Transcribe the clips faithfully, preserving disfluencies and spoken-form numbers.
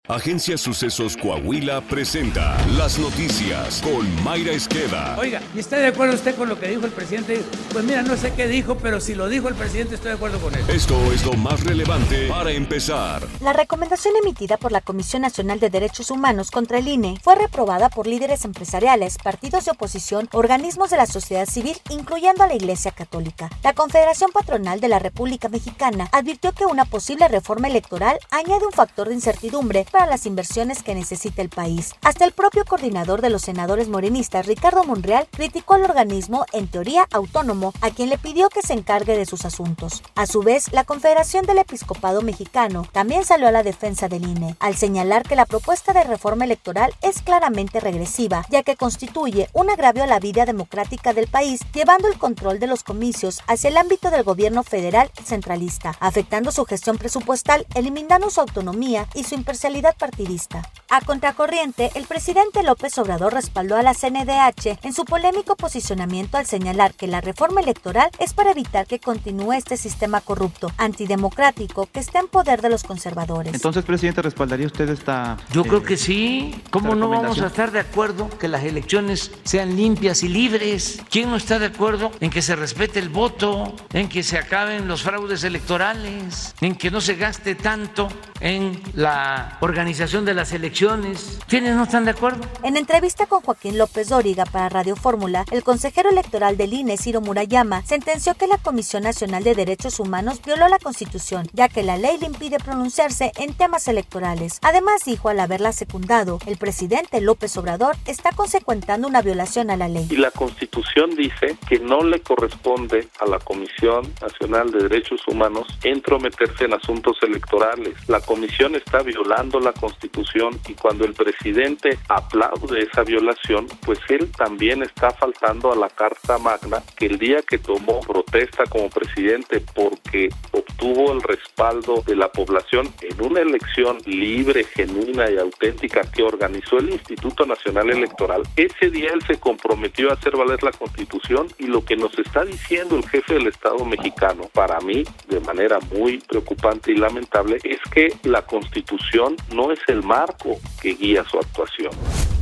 Agencia Sucesos Coahuila presenta Las Noticias con Mayra Esqueda. Oiga, ¿y está de acuerdo usted con lo que dijo el presidente? Pues mira, no sé qué dijo, pero si lo dijo el presidente, estoy de acuerdo con él. Esto es lo más relevante para empezar. La recomendación emitida por la Comisión Nacional de Derechos Humanos contra el I N E fue reprobada por líderes empresariales, partidos de oposición, organismos de la sociedad civil, incluyendo a la Iglesia Católica. La Confederación Patronal de la República Mexicana advirtió que una posible reforma electoral añade un factor de incertidumbre para las inversiones que necesita el país. Hasta el propio coordinador de los senadores morenistas, Ricardo Monreal, criticó al organismo, en teoría autónomo, a quien le pidió que se encargue de sus asuntos. A su vez, la Confederación del Episcopado Mexicano también salió a la defensa del I N E, al señalar que la propuesta de reforma electoral es claramente regresiva, ya que constituye un agravio a la vida democrática del país, llevando el control de los comicios hacia el ámbito del gobierno federal centralista, afectando su gestión presupuestal, eliminando su autonomía y su imparcialidad partidista. A contracorriente, el presidente López Obrador respaldó a la C N D H en su polémico posicionamiento al señalar que la reforma electoral es para evitar que continúe este sistema corrupto, antidemocrático, que está en poder de los conservadores. Entonces, presidente, ¿respaldaría usted esta? Yo eh, creo que sí. ¿Cómo no vamos a estar de acuerdo que las elecciones sean limpias y libres? ¿Quién no está de acuerdo en que se respete el voto, en que se acaben los fraudes electorales, en que no se gaste tanto en la organización de las elecciones? ¿Quiénes no están de acuerdo? En entrevista con Joaquín López Dóriga para Radio Fórmula, el consejero electoral del I N E, Ciro Murayama, sentenció que la Comisión Nacional de Derechos Humanos violó la Constitución, ya que la ley le impide pronunciarse en temas electorales. Además, dijo, al haberla secundado, el presidente López Obrador está consecuentando una violación a la ley. Y la Constitución dice que no le corresponde a la Comisión Nacional de Derechos Humanos entrometerse en asuntos electorales. La Comisión está violando la Constitución y cuando el presidente aplaude esa violación, pues él también está faltando a la Carta Magna, que el día que tomó protesta como presidente porque obtuvo el respaldo de la población en una elección libre, genuina y auténtica que organizó el Instituto Nacional Electoral, ese día él se comprometió a hacer valer la Constitución. Y lo que nos está diciendo el jefe del Estado mexicano, para mí de manera muy preocupante y lamentable, es que la Constitución no es el marco que guía su actuación.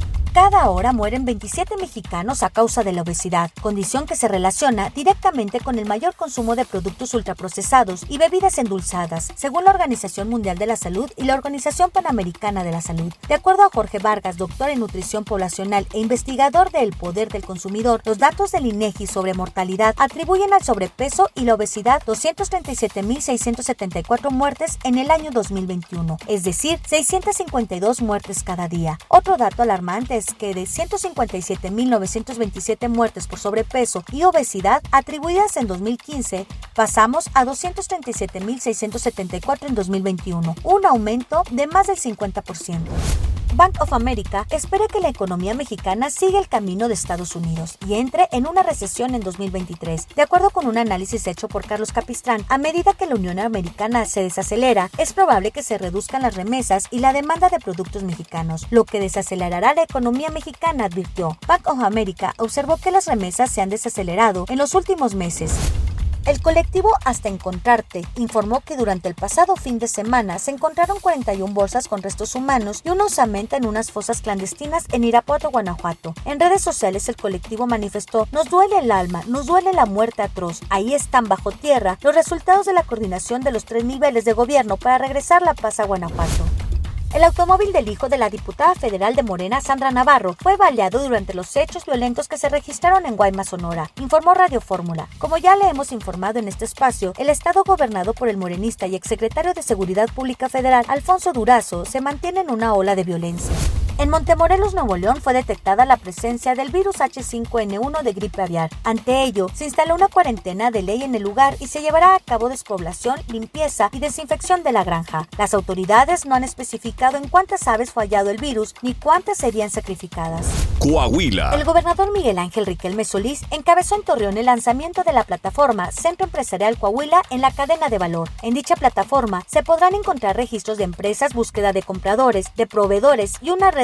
Cada hora mueren veintisiete mexicanos a causa de la obesidad, condición que se relaciona directamente con el mayor consumo de productos ultraprocesados y bebidas endulzadas, según la Organización Mundial de la Salud y la Organización Panamericana de la Salud. De acuerdo a Jorge Vargas, doctor en nutrición poblacional e investigador de El Poder del Consumidor, los datos del INEGI sobre mortalidad atribuyen al sobrepeso y la obesidad doscientos treinta y siete mil seiscientos setenta y cuatro muertes en el año dos mil veintiuno, es decir, seiscientas cincuenta y dos muertes cada día. Otro dato alarmante es que de ciento cincuenta y siete mil novecientos veintisiete muertes por sobrepeso y obesidad atribuidas en dos mil quince, pasamos a doscientos treinta y siete mil seiscientos setenta y cuatro en dos mil veintiuno, un aumento de más del cincuenta por ciento. Bank of America espera que la economía mexicana siga el camino de Estados Unidos y entre en una recesión en dos mil veintitrés. De acuerdo con un análisis hecho por Carlos Capistrán, a medida que la Unión Americana se desacelera, es probable que se reduzcan las remesas y la demanda de productos mexicanos, lo que desacelerará la economía mexicana, advirtió. Bank of America observó que las remesas se han desacelerado en los últimos meses. El colectivo Hasta Encontrarte informó que durante el pasado fin de semana se encontraron cuarenta y una bolsas con restos humanos y una osamenta en unas fosas clandestinas en Irapuato, Guanajuato. En redes sociales el colectivo manifestó: "Nos duele el alma, nos duele la muerte atroz. Ahí están bajo tierra los resultados de la coordinación de los tres niveles de gobierno para regresar la paz a Guanajuato". El automóvil del hijo de la diputada federal de Morena, Sandra Navarro, fue baleado durante los hechos violentos que se registraron en Guaymas, Sonora, informó Radio Fórmula. Como ya le hemos informado en este espacio, el estado gobernado por el morenista y exsecretario de Seguridad Pública Federal, Alfonso Durazo, se mantiene en una ola de violencia. En Montemorelos, Nuevo León, fue detectada la presencia del virus hache cinco ene uno de gripe aviar. Ante ello, se instaló una cuarentena de ley en el lugar y se llevará a cabo despoblación, limpieza y desinfección de la granja. Las autoridades no han especificado en cuántas aves fue hallado el virus ni cuántas serían sacrificadas. Coahuila. El gobernador Miguel Ángel Riquelme Solís encabezó en Torreón el lanzamiento de la plataforma Centro Empresarial Coahuila en la cadena de valor. En dicha plataforma se podrán encontrar registros de empresas, búsqueda de compradores, de proveedores y una red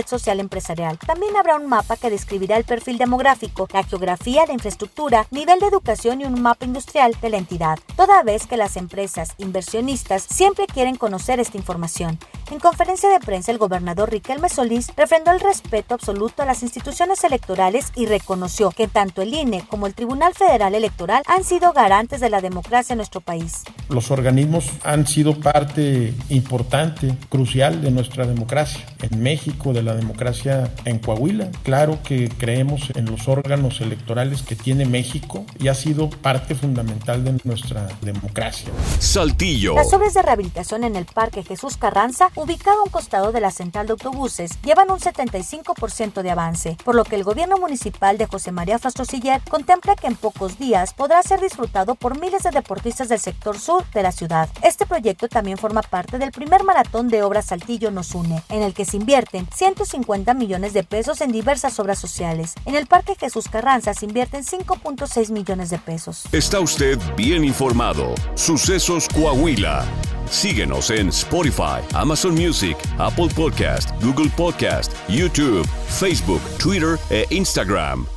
red social empresarial. También habrá un mapa que describirá el perfil demográfico, la geografía, la infraestructura, nivel de educación y un mapa industrial de la entidad, toda vez que las empresas inversionistas siempre quieren conocer esta información. En conferencia de prensa, el gobernador Riquelme Solís refrendó el respeto absoluto a las instituciones electorales y reconoció que tanto el I N E como el Tribunal Federal Electoral han sido garantes de la democracia en nuestro país. Los organismos han sido parte importante, crucial de nuestra democracia en México, de la democracia en Coahuila. Claro que creemos en los órganos electorales que tiene México y ha sido parte fundamental de nuestra democracia. Saltillo. Las obras de rehabilitación en el Parque Jesús Carranza, ubicado a un costado de la central de autobuses, llevan un setenta y cinco por ciento de avance, por lo que el gobierno municipal de José María Frastrosiller contempla que en pocos días podrá ser disfrutado por miles de deportistas del sector sur de la ciudad. Este proyecto también forma parte del primer maratón de obras Saltillo nos une, en el que se invierten ciento cincuenta millones de pesos en diversas obras sociales. En el Parque Jesús Carranza se invierten cinco punto seis millones de pesos. Está usted bien informado. Sucesos Coahuila. Síguenos en Spotify, Amazon Music, Apple Podcast, Google Podcast, YouTube, Facebook, Twitter e Instagram.